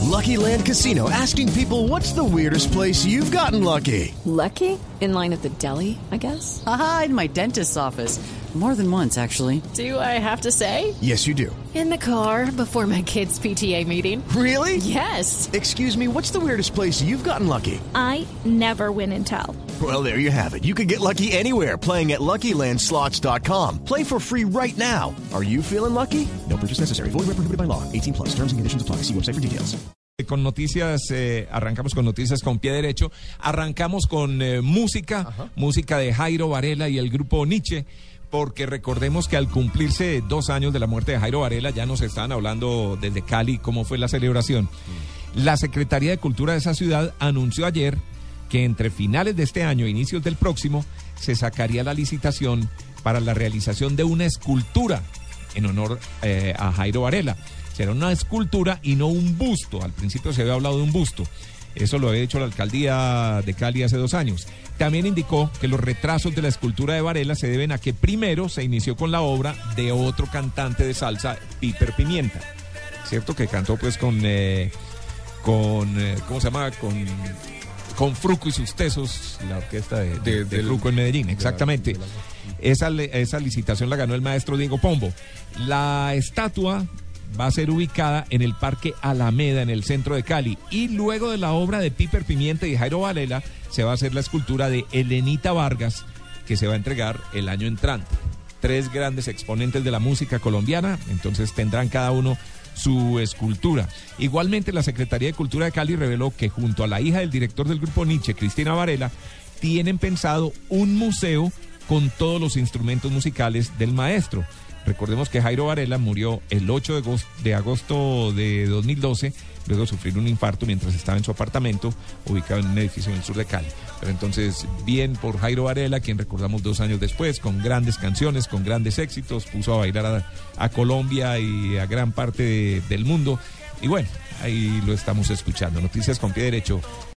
Lucky Land Casino, asking people, what's the weirdest place you've gotten lucky? Lucky? In line at the deli, I guess? Aha, in my dentist's office. More than once, actually. Do I have to say? Yes, you do. In the car before my kids' PTA meeting. Really? Yes. Excuse me, what's the weirdest place you've gotten lucky? I never win and tell. Well, there you have it. You can get lucky anywhere, playing at LuckyLandSlots.com. Play for free right now. Are you feeling lucky? No purchase necessary. Void where prohibited by law. 18+. Terms and conditions apply. See website for details. Con noticias, arrancamos con noticias con pie derecho, arrancamos con música de Jairo Varela y el grupo Nietzsche, porque recordemos que al cumplirse 2 años de la muerte de Jairo Varela, ya nos estaban hablando desde Cali cómo fue la celebración. La Secretaría de Cultura de esa ciudad anunció ayer que entre finales de este año e inicios del próximo se sacaría la licitación para la realización de una escultura en honor a Jairo Varela. Será una escultura y no un busto. Al principio se había hablado de un busto. Eso lo había hecho la alcaldía de Cali hace 2 años. También indicó que los retrasos de la escultura de Varela se deben a que primero se inició con la obra de otro cantante de salsa, Piper Pimienta. ¿Cierto? Que cantó pues con ¿cómo se llama? Con Fruco y sus Tesos, la orquesta de Fruco en Medellín, exactamente. Esa licitación la ganó el maestro Diego Pombo. La estatua va a ser ubicada en el Parque Alameda, en el centro de Cali. Y luego de la obra de Piper Pimienta y Jairo Varela, se va a hacer la escultura de Elenita Vargas, que se va a entregar el año entrante. 3 grandes exponentes de la música colombiana, entonces tendrán cada uno su escultura. Igualmente, la Secretaría de Cultura de Cali reveló que junto a la hija del director del grupo Nietzsche, Cristina Varela, tienen pensado un museo con todos los instrumentos musicales del maestro. Recordemos que Jairo Varela murió el 8 de agosto de 2012, luego de sufrir un infarto mientras estaba en su apartamento, ubicado en un edificio en el sur de Cali. Pero entonces, bien por Jairo Varela, quien recordamos 2 años después, con grandes canciones, con grandes éxitos, puso a bailar a Colombia y a gran parte del mundo. Y bueno, ahí lo estamos escuchando. Noticias con pie derecho.